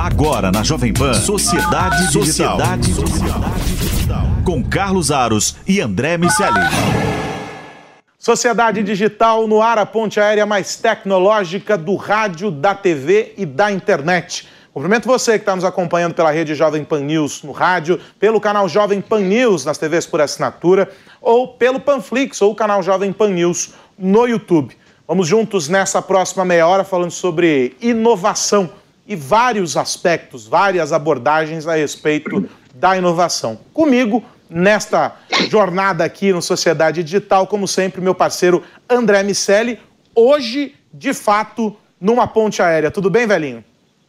Agora na Jovem Pan, Sociedade Digital. Com Carlos Aros e André Miceli. Sociedade Digital no ar, a ponte aérea mais tecnológica do rádio, da TV e da internet. Cumprimento você que está nos acompanhando pela rede Jovem Pan News no rádio, pelo canal Jovem Pan News nas TVs por assinatura ou pelo Panflix ou o canal Jovem Pan News no YouTube. Vamos juntos nessa próxima meia hora falando sobre inovação e vários aspectos, várias abordagens a respeito da inovação. Comigo, nesta jornada aqui no Sociedade Digital, como sempre, meu parceiro André Miceli, hoje, de fato, numa ponte aérea. Tudo bem, velhinho?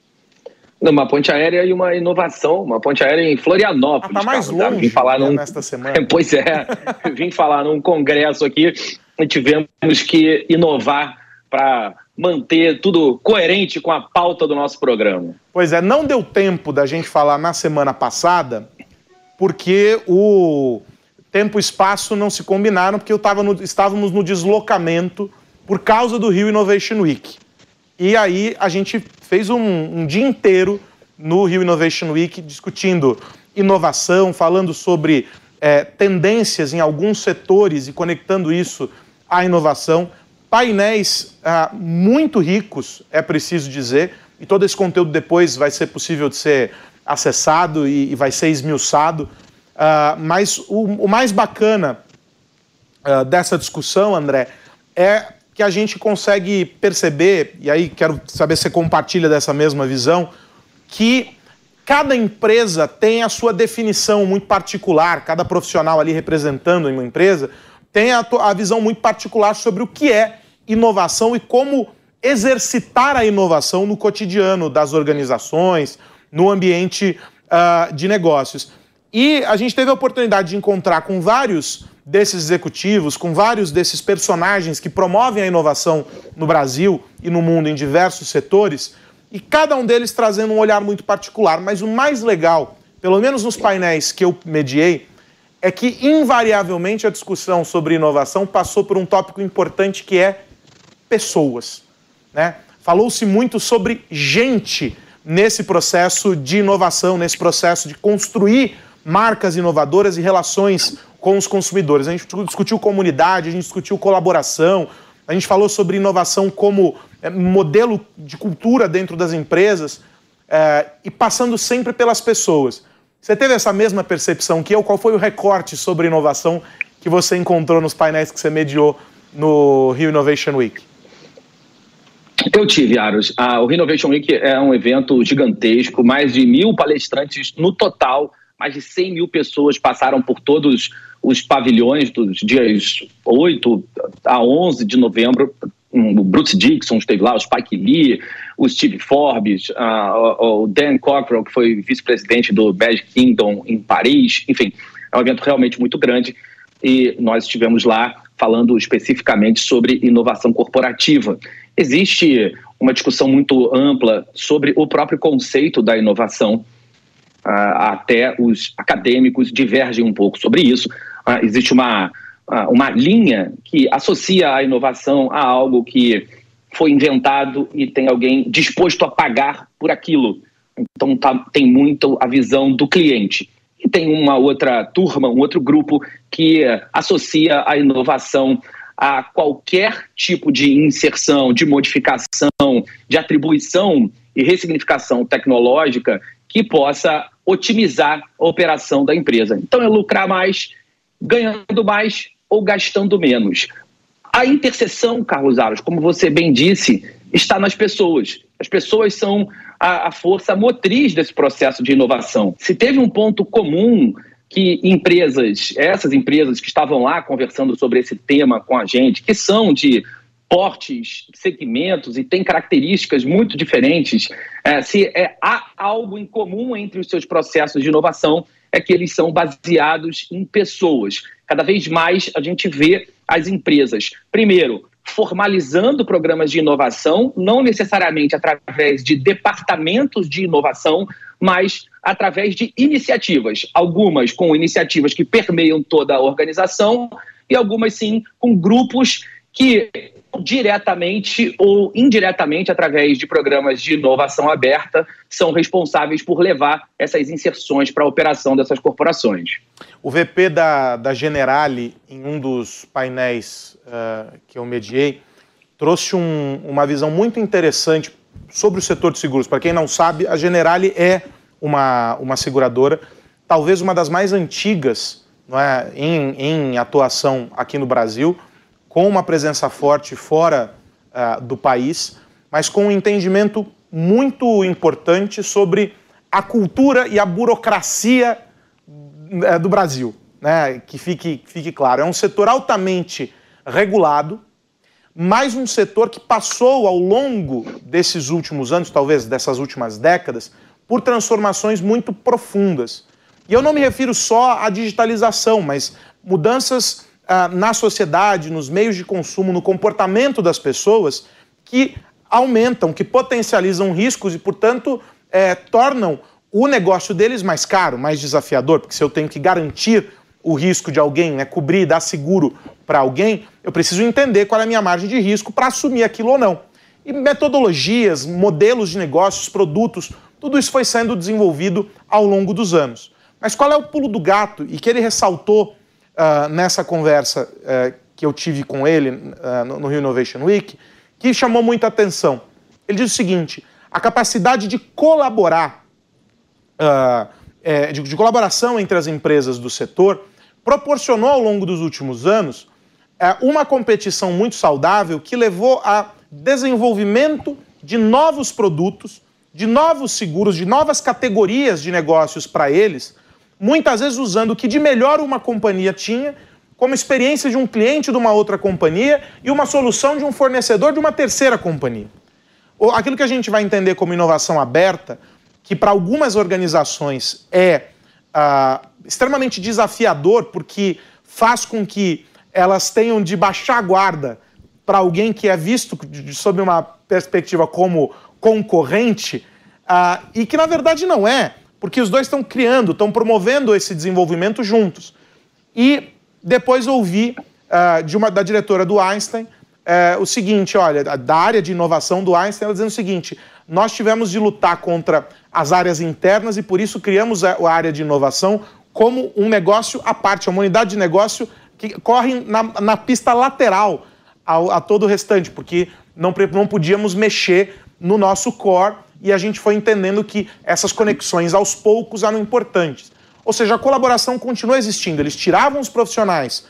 Uma ponte aérea e uma inovação, uma ponte aérea em Florianópolis. Tá mais longe, vim falar nesta semana. Pois é, vim falar num congresso aqui e tivemos que inovar para manter tudo coerente com a pauta do nosso programa. Pois é, não deu tempo da gente falar na semana passada, porque o tempo e espaço não se combinaram, porque estávamos no deslocamento por causa do Rio Innovation Week. E aí a gente fez um dia inteiro no Rio Innovation Week discutindo inovação, falando sobre tendências em alguns setores e conectando isso à inovação. Painéis muito ricos, é preciso dizer, e todo esse conteúdo depois vai ser possível de ser acessado e vai ser esmiuçado. Mas o mais bacana dessa discussão, André, é que a gente consegue perceber, e aí quero saber se você compartilha dessa mesma visão, que cada empresa tem a sua definição muito particular, cada profissional ali representando uma empresa tem a visão muito particular sobre o que é inovação e como exercitar a inovação no cotidiano das organizações, no ambiente de negócios. E a gente teve a oportunidade de encontrar com vários desses executivos, com vários desses personagens que promovem a inovação no Brasil e no mundo em diversos setores, e cada um deles trazendo um olhar muito particular. Mas o mais legal, pelo menos nos painéis que eu mediei, é que invariavelmente a discussão sobre inovação passou por um tópico importante que é pessoas, né? Falou-se muito sobre gente nesse processo de inovação, nesse processo de construir marcas inovadoras e relações com os consumidores. A gente discutiu comunidade, a gente discutiu colaboração, a gente falou sobre inovação como modelo de cultura dentro das empresas e passando sempre pelas pessoas. Você teve essa mesma percepção que eu? Qual foi o recorte sobre inovação que você encontrou nos painéis que você mediou no Rio Innovation Week? Eu tive, Aros. O Rio Innovation Week é um evento gigantesco, mais de 1.000 palestrantes no total, mais de 100 mil pessoas passaram por todos os pavilhões dos dias 8 a 11 de novembro. O Bruce Dixon esteve lá, o Spike Lee, o Steve Forbes, o Dan Cockrell, que foi vice-presidente do Magic Kingdom em Paris. Enfim, é um evento realmente muito grande e nós estivemos lá falando especificamente sobre inovação corporativa. Existe uma discussão muito ampla sobre o próprio conceito da inovação. Até os acadêmicos divergem um pouco sobre isso. Existe uma linha que associa a inovação a algo que foi inventado e tem alguém disposto a pagar por aquilo. Então tem muito a visão do cliente. E tem uma outra turma, um outro grupo que associa a inovação a qualquer tipo de inserção, de modificação, de atribuição e ressignificação tecnológica que possa otimizar a operação da empresa. Então é lucrar mais, ganhando mais ou gastando menos. A interseção, Carlos Aros, como você bem disse, está nas pessoas. As pessoas são a força motriz desse processo de inovação. Se teve um ponto comum que essas empresas que estavam lá conversando sobre esse tema com a gente, que são de portes, segmentos e têm características muito diferentes, há algo em comum entre os seus processos de inovação, é que eles são baseados em pessoas. Cada vez mais a gente vê as empresas, primeiro, formalizando programas de inovação, não necessariamente através de departamentos de inovação, mas através de iniciativas, algumas com iniciativas que permeiam toda a organização e algumas sim com grupos que diretamente ou indiretamente, através de programas de inovação aberta, são responsáveis por levar essas inserções para a operação dessas corporações. O VP da Generali, em um dos painéis que eu mediei, trouxe uma visão muito interessante sobre o setor de seguros. Para quem não sabe, a Generali é uma seguradora, talvez uma das mais antigas, não é, em atuação aqui no Brasil, com uma presença forte fora do país, mas com um entendimento muito importante sobre a cultura e a burocracia do Brasil, né? Que fique claro. É um setor altamente regulado, mas um setor que passou ao longo desses últimos anos, talvez dessas últimas décadas, por transformações muito profundas. E eu não me refiro só à digitalização, mas mudanças na sociedade, nos meios de consumo, no comportamento das pessoas, que aumentam, que potencializam riscos e, portanto, tornam o negócio deles mais caro, mais desafiador, porque se eu tenho que garantir o risco de alguém, né, cobrir, dar seguro para alguém, eu preciso entender qual é a minha margem de risco para assumir aquilo ou não. E metodologias, modelos de negócios, produtos, tudo isso foi sendo desenvolvido ao longo dos anos. Mas qual é o pulo do gato? E que ele ressaltou nessa conversa que eu tive com ele no Rio Innovation Week, que chamou muita atenção. Ele diz o seguinte: a capacidade de colaborar, de colaboração entre as empresas do setor, proporcionou ao longo dos últimos anos uma competição muito saudável que levou a desenvolvimento de novos produtos, de novos seguros, de novas categorias de negócios para eles, muitas vezes usando o que de melhor uma companhia tinha, como experiência de um cliente de uma outra companhia e uma solução de um fornecedor de uma terceira companhia. Aquilo que a gente vai entender como inovação aberta, que para algumas organizações é extremamente desafiador, porque faz com que elas tenham de baixar a guarda para alguém que é visto sob uma perspectiva como concorrente, e que na verdade não é, porque os dois estão criando, estão promovendo esse desenvolvimento juntos. E depois ouvi da diretora do Einstein o seguinte, olha, da área de inovação do Einstein, ela dizendo o seguinte: nós tivemos de lutar contra as áreas internas e por isso criamos a área de inovação como um negócio à parte, uma unidade de negócio que corre na pista lateral a todo o restante, porque não podíamos mexer no nosso core, e a gente foi entendendo que essas conexões aos poucos eram importantes. Ou seja, a colaboração continua existindo. Eles tiravam os profissionais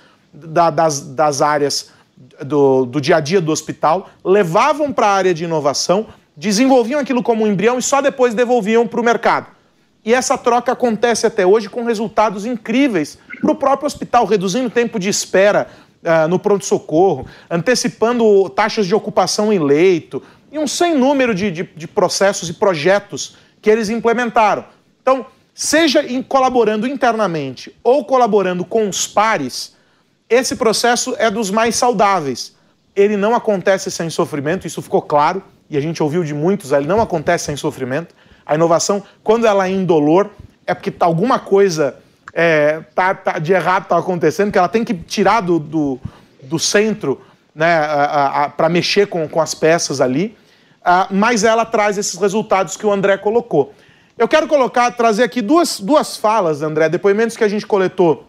das áreas do dia a dia do hospital, levavam para a área de inovação, desenvolviam aquilo como um embrião e só depois devolviam para o mercado. E essa troca acontece até hoje com resultados incríveis para o próprio hospital, reduzindo o tempo de espera no pronto-socorro, antecipando taxas de ocupação em leito, e um sem número de processos e projetos que eles implementaram. Então, seja colaborando internamente ou colaborando com os pares, esse processo é dos mais saudáveis. Ele não acontece sem sofrimento, isso ficou claro, e a gente ouviu de muitos, ele não acontece sem sofrimento. A inovação, quando ela é indolor, é porque alguma coisa de errado está acontecendo, que ela tem que tirar do centro, né, para mexer com as peças ali, mas ela traz esses resultados que o André colocou. Eu quero trazer aqui duas falas, André, depoimentos que a gente coletou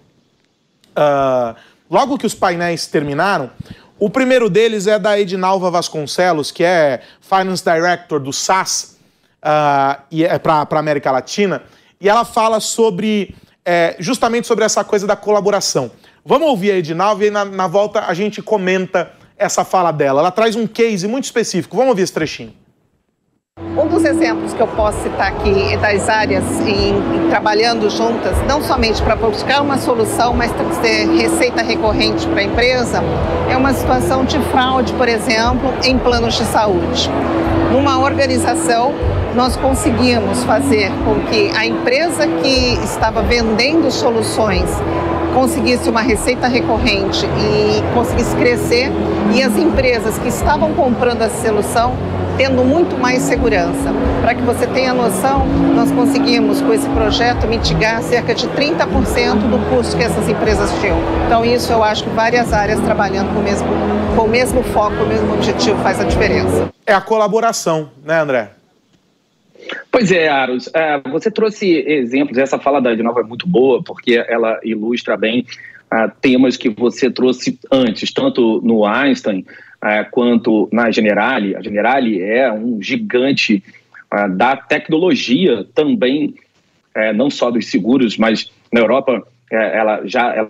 logo que os painéis terminaram. O primeiro deles é da Edinalva Vasconcelos, que é Finance Director do SAS para a América Latina, e ela fala justamente sobre essa coisa da colaboração. Vamos ouvir a Edinalva e na volta a gente comenta essa fala dela. Ela traz um case muito específico. Vamos ouvir esse trechinho. Um dos exemplos que eu posso citar aqui é das áreas trabalhando juntas, não somente para buscar uma solução, mas trazer receita recorrente para a empresa, é uma situação de fraude, por exemplo, em planos de saúde. Numa organização, nós conseguimos fazer com que a empresa que estava vendendo soluções conseguisse uma receita recorrente e conseguisse crescer, e as empresas que estavam comprando essa solução tendo muito mais segurança. Para que você tenha noção, nós conseguimos, com esse projeto, mitigar cerca de 30% do custo que essas empresas tinham. Então, isso eu acho que várias áreas trabalhando com o mesmo foco, o mesmo objetivo faz a diferença. É a colaboração, né, André? Pois é, Aros, você trouxe exemplos, essa fala da Edinalva é muito boa, porque ela ilustra bem temas que você trouxe antes, tanto no Einstein quanto na Generali. A Generali é um gigante da tecnologia também, não só dos seguros, mas na Europa ela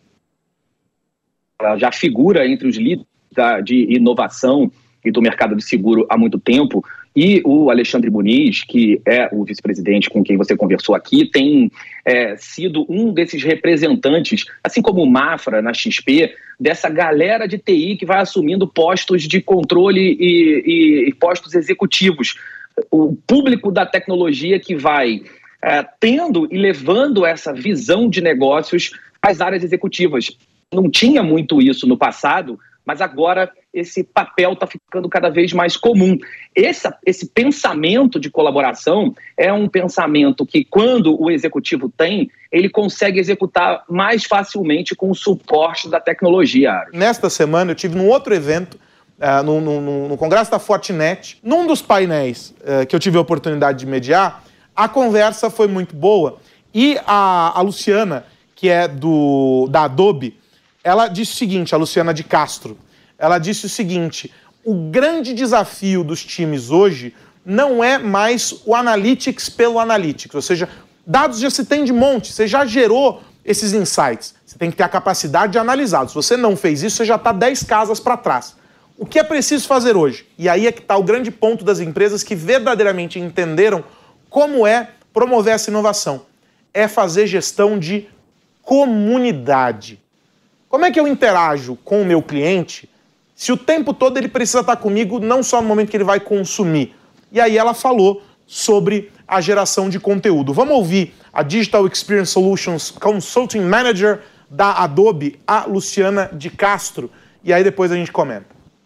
já figura entre os líderes de inovação e do mercado de seguro há muito tempo. E o Alexandre Muniz, que é o vice-presidente com quem você conversou aqui, tem sido um desses representantes, assim como o Mafra na XP, dessa galera de TI que vai assumindo postos de controle e postos executivos. O público da tecnologia que vai tendo e levando essa visão de negócios às áreas executivas. Não tinha muito isso no passado, mas agora esse papel está ficando cada vez mais comum. Esse pensamento de colaboração é um pensamento que, quando o executivo tem, ele consegue executar mais facilmente com o suporte da tecnologia. Nesta semana eu tive num outro evento, no Congresso da Fortinet, num dos painéis que eu tive a oportunidade de mediar, a conversa foi muito boa. E a Luciana, que é da Adobe, ela disse o seguinte, a Luciana de Castro, ela disse o seguinte: o grande desafio dos times hoje não é mais o analytics pelo analytics, ou seja, dados já se tem de monte, você já gerou esses insights, você tem que ter a capacidade de analisar. Se você não fez isso, você já está 10 casas para trás. O que é preciso fazer hoje? E aí é que está o grande ponto das empresas que verdadeiramente entenderam como é promover essa inovação. É fazer gestão de comunidade. Como é que eu interajo com o meu cliente se o tempo todo ele precisa estar comigo, não só no momento que ele vai consumir? E aí ela falou sobre a geração de conteúdo. Vamos ouvir a Digital Experience Solutions Consulting Manager da Adobe, a Luciana de Castro. E aí depois a gente comenta.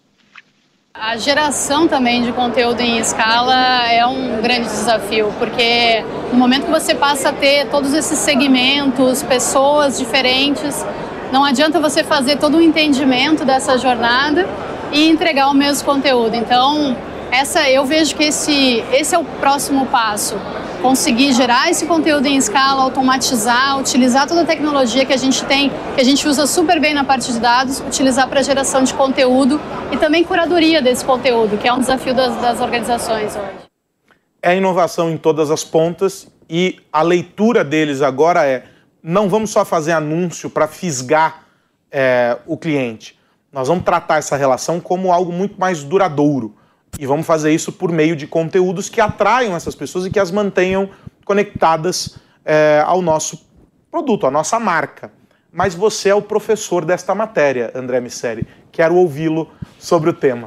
A geração também de conteúdo em escala é um grande desafio, porque no momento que você passa a ter todos esses segmentos, pessoas diferentes, não adianta você fazer todo um entendimento dessa jornada e entregar o mesmo conteúdo. Então, eu vejo que esse é o próximo passo. Conseguir gerar esse conteúdo em escala, automatizar, utilizar toda a tecnologia que a gente tem, que a gente usa super bem na parte de dados, utilizar para geração de conteúdo e também curadoria desse conteúdo, que é um desafio das organizações hoje. É inovação em todas as pontas e a leitura deles agora não vamos só fazer anúncio para fisgar o cliente. Nós vamos tratar essa relação como algo muito mais duradouro. E vamos fazer isso por meio de conteúdos que atraiam essas pessoas e que as mantenham conectadas ao nosso produto, à nossa marca. Mas você é o professor desta matéria, André Misseri. Quero ouvi-lo sobre o tema.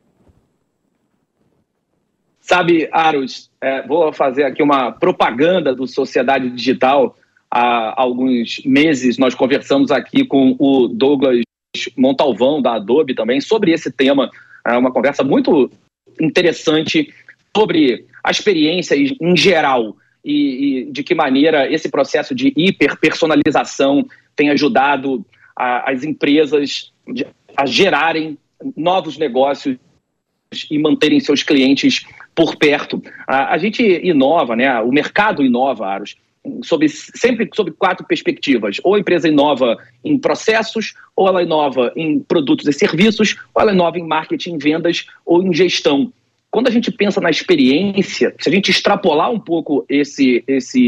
Sabe, Aros, vou fazer aqui uma propaganda do Sociedade Digital. Há alguns meses nós conversamos aqui com o Douglas Montalvão, da Adobe, também, sobre esse tema. Uma conversa muito interessante sobre a experiência em geral e de que maneira esse processo de hiperpersonalização tem ajudado as empresas a gerarem novos negócios e manterem seus clientes por perto. A gente inova, né? O mercado inova, Aros, sempre sob 4 perspectivas. Ou a empresa inova em processos, ou ela inova em produtos e serviços, ou ela inova em marketing, vendas ou em gestão. Quando a gente pensa na experiência, se a gente extrapolar um pouco esse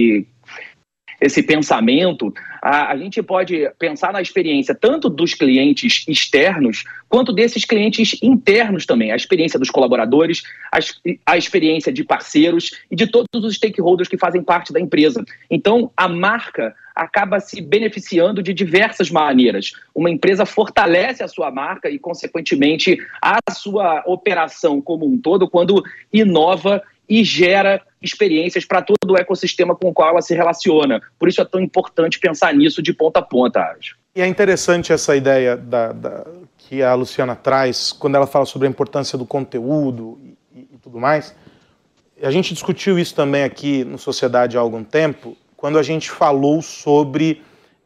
pensamento, a gente pode pensar na experiência tanto dos clientes externos quanto desses clientes internos também. A experiência dos colaboradores, a experiência de parceiros e de todos os stakeholders que fazem parte da empresa. Então, a marca acaba se beneficiando de diversas maneiras. Uma empresa fortalece a sua marca e, consequentemente, a sua operação como um todo quando inova e gera experiências para todo o ecossistema com o qual ela se relaciona. Por isso é tão importante pensar nisso de ponta a ponta, Aros. E é interessante essa ideia que a Luciana traz, quando ela fala sobre a importância do conteúdo e e tudo mais. A gente discutiu isso também aqui no Sociedade há algum tempo, quando a gente falou sobre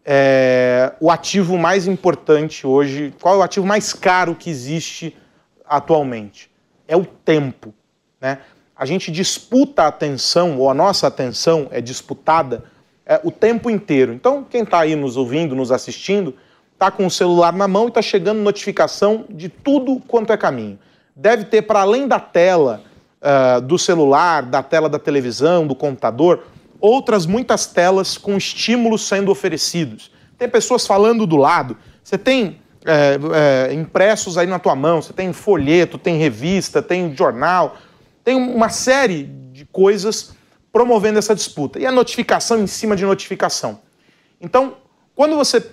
o ativo mais importante hoje, qual é o ativo mais caro que existe atualmente? É o tempo, né? A gente disputa a atenção, ou a nossa atenção é disputada o tempo inteiro. Então, quem está aí nos ouvindo, nos assistindo, está com o celular na mão e está chegando notificação de tudo quanto é caminho. Deve ter, para além da tela do celular, da tela da televisão, do computador, outras muitas telas com estímulos sendo oferecidos. Tem pessoas falando do lado, você tem impressos aí na tua mão, você tem folheto, tem revista, tem jornal, tem uma série de coisas promovendo essa disputa. E a notificação em cima de notificação. Então, quando você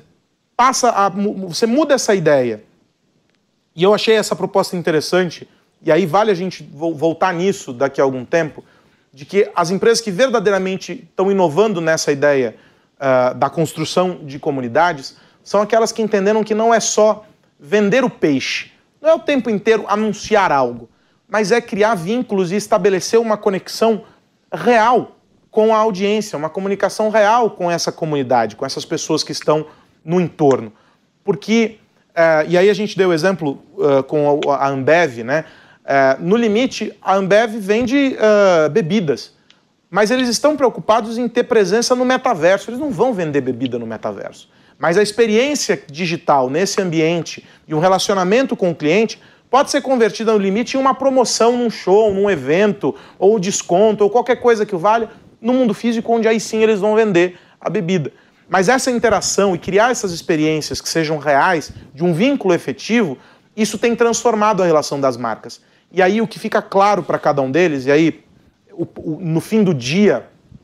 você muda essa ideia, e eu achei essa proposta interessante, e aí vale a gente voltar nisso daqui a algum tempo, de que as empresas que verdadeiramente estão inovando nessa ideia da construção de comunidades são aquelas que entenderam que não é só vender o peixe, não é o tempo inteiro anunciar algo, mas é criar vínculos e estabelecer uma conexão real com a audiência, uma comunicação real com essa comunidade, com essas pessoas que estão no entorno. Porque, e aí a gente deu exemplo com a Ambev, né? No limite, a Ambev vende bebidas, mas eles estão preocupados em ter presença no metaverso. Eles não vão vender bebida no metaverso. Mas a experiência digital nesse ambiente e um relacionamento com o cliente pode ser convertida no limite em uma promoção num show, num evento, ou desconto, ou qualquer coisa que valha no mundo físico, onde aí sim eles vão vender a bebida. Mas essa interação e criar essas experiências que sejam reais, de um vínculo efetivo, isso tem transformado a relação das marcas. E aí o que fica claro para cada um deles, e aí no fim do dia,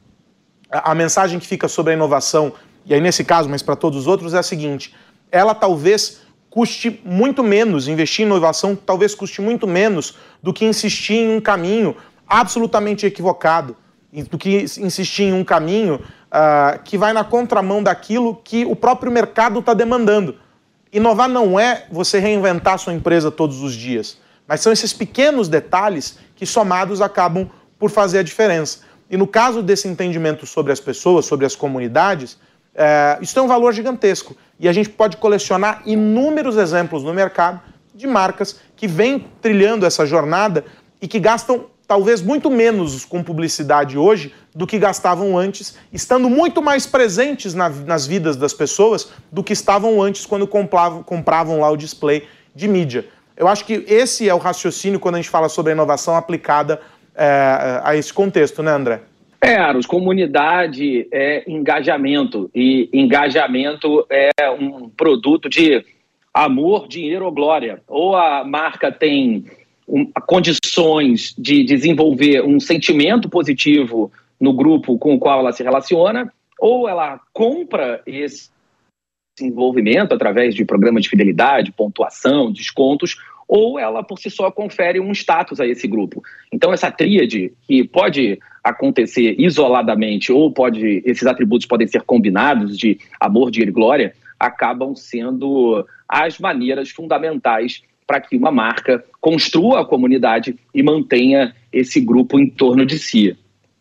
a mensagem que fica sobre a inovação, e aí nesse caso, mas para todos os outros, é a seguinte: ela talvez custe muito menos, investir em inovação talvez custe muito menos do que insistir em um caminho absolutamente equivocado, do que insistir em um caminho que vai na contramão daquilo que o próprio mercado está demandando. Inovar não é você reinventar sua empresa todos os dias, mas são esses pequenos detalhes que somados acabam por fazer a diferença. E no caso desse entendimento sobre as pessoas, sobre as comunidades, isso tem um valor gigantesco. E a gente pode colecionar inúmeros exemplos no mercado de marcas que vêm trilhando essa jornada e que gastam talvez muito menos com publicidade hoje do que gastavam antes, estando muito mais presentes nas vidas das pessoas do que estavam antes quando compravam lá o display de mídia. Eu acho que esse é o raciocínio quando a gente fala sobre a inovação aplicada a esse contexto, né, André? Aros, comunidade é engajamento, e engajamento é um produto de amor, dinheiro ou glória. Ou a marca tem condições de desenvolver um sentimento positivo no grupo com o qual ela se relaciona, ou ela compra esse envolvimento através de programas de fidelidade, pontuação, descontos, ou ela por si só confere um status a esse grupo. Então essa tríade, que pode acontecer isoladamente ou esses atributos podem ser combinados, de amor, dinheiro e glória, acabam sendo as maneiras fundamentais para que uma marca construa a comunidade e mantenha esse grupo em torno de si.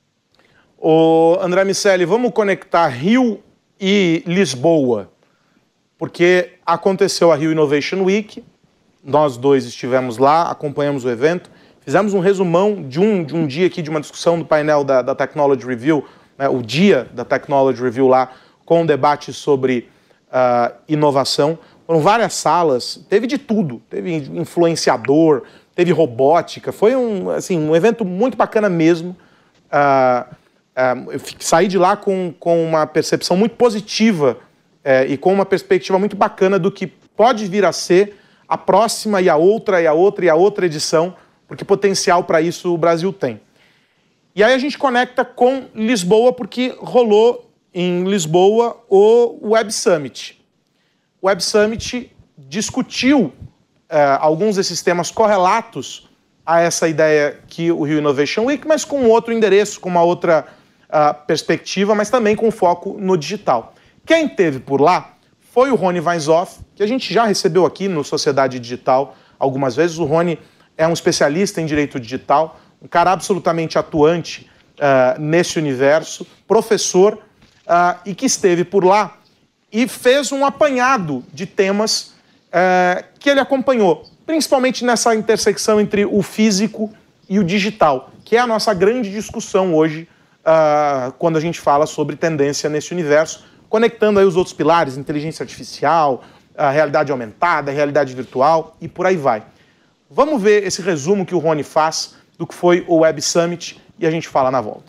André Miceli, vamos conectar Rio e Lisboa, porque aconteceu a Rio Innovation Week, nós dois estivemos lá, acompanhamos o evento, fizemos um resumão de um dia aqui, de uma discussão do painel da Technology Review, né, o dia da Technology Review lá, com um debate sobre inovação. Foram várias salas, teve de tudo, teve influenciador, teve robótica, foi um evento muito bacana mesmo. Eu saí de lá com uma percepção muito positiva e com uma perspectiva muito bacana do que pode vir a ser a próxima e a outra e a outra e a outra edição, porque potencial para isso o Brasil tem. E aí a gente conecta com Lisboa, porque rolou em Lisboa o Web Summit. O Web Summit discutiu alguns desses temas correlatos a essa ideia que o Rio Innovation Week, mas com outro endereço, com uma outra perspectiva, mas também com foco no digital. Quem esteve por lá foi o Rony Weinzoff, que a gente já recebeu aqui no Sociedade Digital algumas vezes. O Rony é um especialista em direito digital, um cara absolutamente atuante nesse universo, professor, e que esteve por lá e fez um apanhado de temas que ele acompanhou, principalmente nessa intersecção entre o físico e o digital, que é a nossa grande discussão hoje quando a gente fala sobre tendência nesse universo, conectando aí os outros pilares, inteligência artificial, a realidade aumentada, a realidade virtual e por aí vai. Vamos ver esse resumo que o Rony faz do que foi o Web Summit e a gente fala na volta.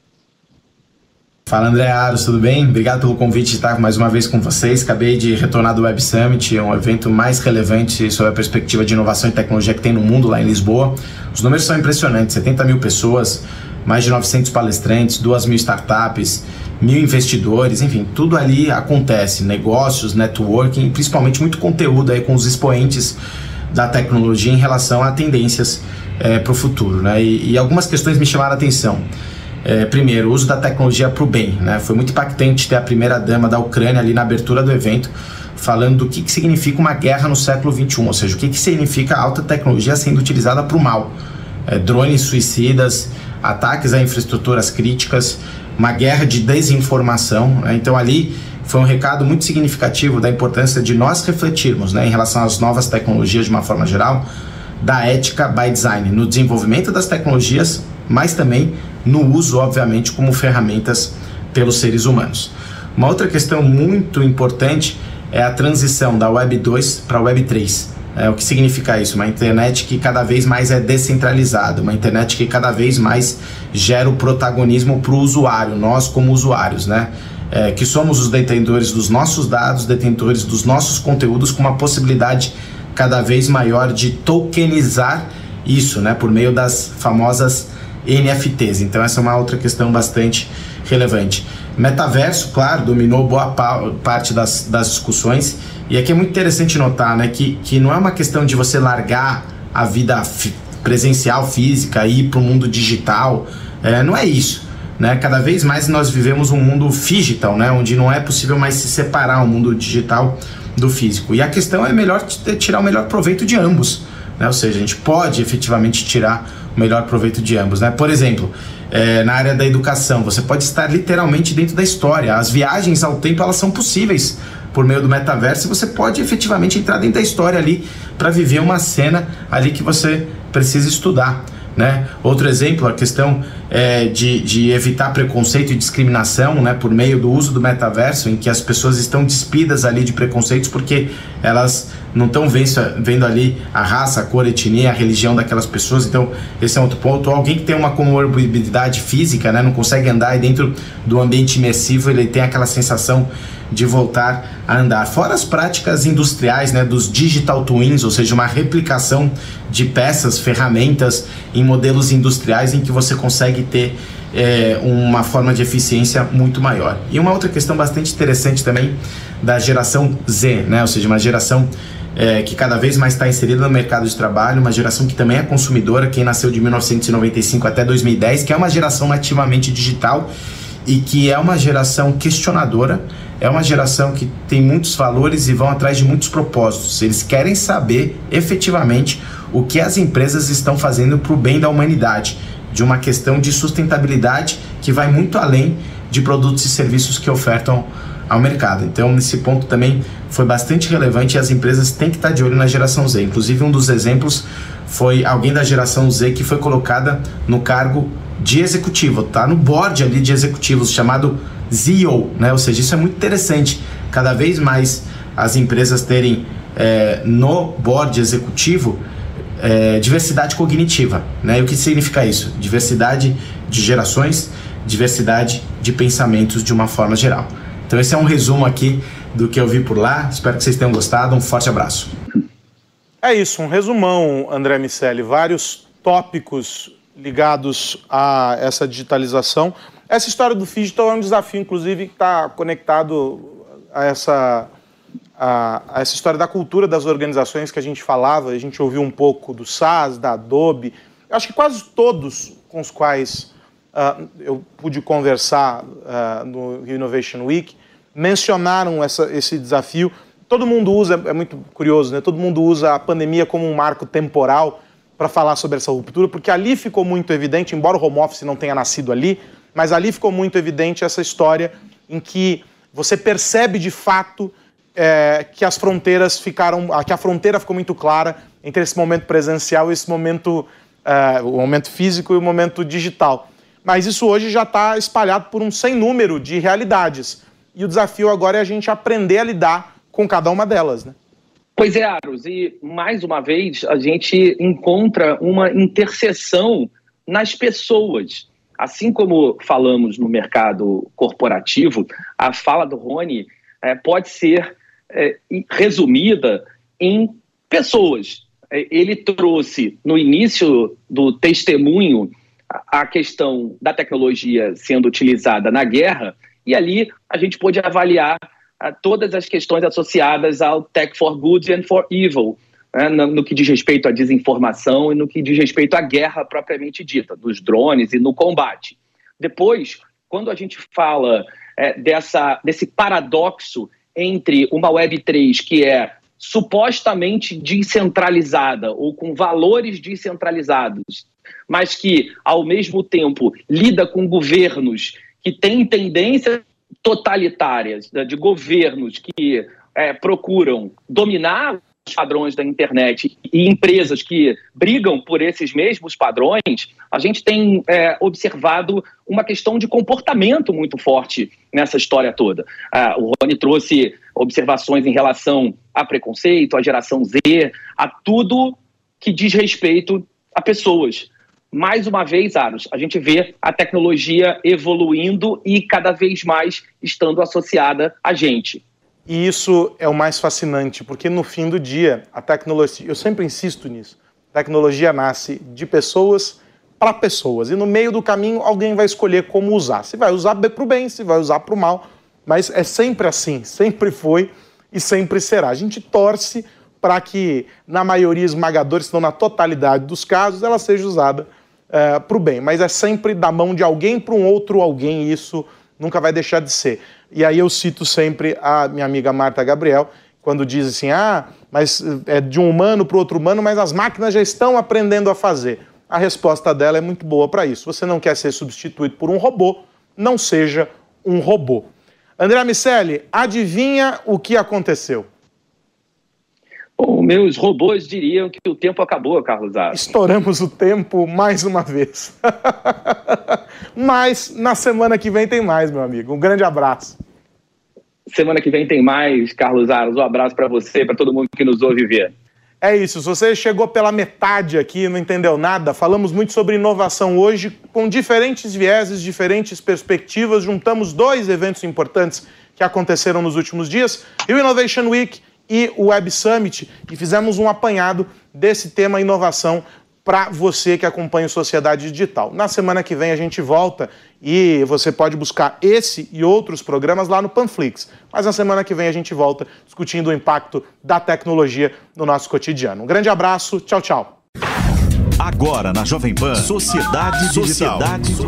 Fala, André Aros, tudo bem? Obrigado pelo convite de estar mais uma vez com vocês. Acabei de retornar do Web Summit, um evento mais relevante sobre a perspectiva de inovação e tecnologia que tem no mundo, lá em Lisboa. Os números são impressionantes, 70 mil pessoas, mais de 900 palestrantes, 2.000 startups, 1.000 investidores, enfim, tudo ali acontece, negócios, networking, principalmente muito conteúdo aí com os expoentes da tecnologia em relação a tendências para o futuro, né? E algumas questões me chamaram a atenção. Primeiro, o uso da tecnologia para o bem, né? Foi muito impactante ter a primeira-dama da Ucrânia ali na abertura do evento, falando do que significa uma guerra no século XXI, ou seja, o que significa a alta tecnologia sendo utilizada para o mal. Drones suicidas, ataques a infraestruturas críticas, uma guerra de desinformação, né? Então ali foi um recado muito significativo da importância de nós refletirmos, né, em relação às novas tecnologias de uma forma geral, da ética by design, no desenvolvimento das tecnologias, mas também no uso, obviamente, como ferramentas pelos seres humanos. Uma outra questão muito importante é a transição da Web 2 para a Web 3. O que significa isso? Uma internet que cada vez mais é descentralizada, uma internet que cada vez mais gera o protagonismo para o usuário, nós como usuários, né? Que somos os detentores dos nossos dados, detentores dos nossos conteúdos, com uma possibilidade cada vez maior de tokenizar isso, né? Por meio das famosas NFTs. Então essa é uma outra questão bastante relevante. Metaverso, claro, dominou boa parte das discussões, e aqui é muito interessante notar, né, que não é uma questão de você largar a vida presencial, física, e ir para o mundo digital, não é isso, né? Cada vez mais nós vivemos um mundo digital, né, onde não é possível mais se separar o mundo digital do físico, e a questão é melhor tirar o melhor proveito de ambos, né? Ou seja, a gente pode efetivamente tirar o melhor proveito de ambos, né? Por exemplo, na área da educação, você pode estar literalmente dentro da história. As viagens ao tempo, elas são possíveis por meio do metaverso, e você pode efetivamente entrar dentro da história ali para viver uma cena ali que você precisa estudar, né? Outro exemplo, a questão de evitar preconceito e discriminação, né, por meio do uso do metaverso, em que as pessoas estão despidas ali de preconceitos porque elas não estão vendo ali a raça, a cor, a etnia, a religião daquelas pessoas. Então esse é outro ponto. Alguém que tem uma comorbidade física, né, não consegue andar, e dentro do ambiente imersivo ele tem aquela sensação de voltar a andar. Fora as práticas industriais, né, dos digital twins, ou seja, uma replicação de peças, ferramentas em modelos industriais em que você consegue ter uma forma de eficiência muito maior. E uma outra questão bastante interessante também da geração Z, né, ou seja, uma geração que cada vez mais está inserida no mercado de trabalho, uma geração que também é consumidora, quem nasceu de 1995 até 2010, que é uma geração nativamente digital e que é uma geração questionadora, é uma geração que tem muitos valores e vão atrás de muitos propósitos. Eles querem saber efetivamente o que as empresas estão fazendo para o bem da humanidade, de uma questão de sustentabilidade que vai muito além de produtos e serviços que ofertam ao mercado. Então, nesse ponto também foi bastante relevante, e as empresas têm que estar de olho na geração Z. Inclusive, um dos exemplos foi alguém da geração Z que foi colocada no cargo de executivo, tá no board ali de executivos, chamado CEO, né? Ou seja, isso é muito interessante, cada vez mais as empresas terem no board executivo diversidade cognitiva, né? E o que significa isso? Diversidade de gerações, diversidade de pensamentos de uma forma geral. Então esse é um resumo aqui do que eu vi por lá, espero que vocês tenham gostado, um forte abraço. É isso, um resumão, André Miceli, vários tópicos ligados a essa digitalização. Essa história do digital é um desafio, inclusive, que está conectado a essa história da cultura das organizações que a gente falava. A gente ouviu um pouco do SaaS, da Adobe. Eu acho que quase todos com os quais eu pude conversar no Innovation Week mencionaram esse desafio. Todo mundo usa, é muito curioso, né? Todo mundo usa a pandemia como um marco temporal para falar sobre essa ruptura, porque ali ficou muito evidente, embora o home office não tenha nascido ali, mas ali ficou muito evidente essa história em que você percebe de fato que as fronteiras que a fronteira ficou muito clara entre esse momento presencial e esse momento, o momento físico e o momento digital. Mas isso hoje já está espalhado por um sem número de realidades. E o desafio agora é a gente aprender a lidar com cada uma delas, né? Pois é, Aros, e mais uma vez a gente encontra uma interseção nas pessoas. Assim como falamos no mercado corporativo, a fala do Rony pode ser resumida em pessoas. Ele trouxe no início do testemunho a questão da tecnologia sendo utilizada na guerra, e ali a gente pôde avaliar todas as questões associadas ao Tech for Good and for Evil, no que diz respeito à desinformação e no que diz respeito à guerra propriamente dita, dos drones e no combate. Depois, quando a gente fala desse paradoxo entre uma Web3 que é supostamente descentralizada ou com valores descentralizados, mas que, ao mesmo tempo, lida com governos que têm tendências totalitárias, de governos que procuram dominar os padrões da internet e empresas que brigam por esses mesmos padrões, a gente tem observado uma questão de comportamento muito forte nessa história toda. O Rony trouxe observações em relação a preconceito, à geração Z, a tudo que diz respeito a pessoas. Mais uma vez, Aros, a gente vê a tecnologia evoluindo e cada vez mais estando associada a gente. E isso é o mais fascinante, porque no fim do dia, a tecnologia, eu sempre insisto nisso, a tecnologia nasce de pessoas para pessoas, e no meio do caminho alguém vai escolher como usar. Se vai usar para o bem, se vai usar para o mal, mas é sempre assim, sempre foi e sempre será. A gente torce para que, na maioria esmagadora, se não na totalidade dos casos, ela seja usada para o bem, mas é sempre da mão de alguém para um outro alguém, e isso nunca vai deixar de ser. E aí eu cito sempre a minha amiga Marta Gabriel, quando diz assim, mas é de um humano para o outro humano, mas as máquinas já estão aprendendo a fazer. A resposta dela é muito boa para isso. Você não quer ser substituído por um robô, não seja um robô. André Miceli, adivinha o que aconteceu? Bom, meus robôs diriam que o tempo acabou, Carlos Aros. Estouramos o tempo mais uma vez. Mas na semana que vem tem mais, meu amigo. Um grande abraço. Semana que vem tem mais, Carlos Aros. Um abraço para você e para todo mundo que nos ouve ver. É isso. Se você chegou pela metade aqui e não entendeu nada, falamos muito sobre inovação hoje, com diferentes vieses, diferentes perspectivas. Juntamos dois eventos importantes que aconteceram nos últimos dias, e o Innovation Week e o Web Summit, e fizemos um apanhado desse tema inovação para você que acompanha o Sociedade Digital. Na semana que vem a gente volta e você pode buscar esse e outros programas lá no Panflix. Mas na semana que vem a gente volta discutindo o impacto da tecnologia no nosso cotidiano. Um grande abraço, tchau, tchau. Agora na Jovem Pan, Sociedade Digital.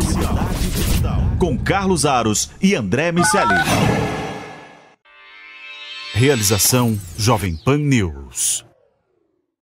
Com Carlos Aros e André Miceli. Realização Jovem Pan News.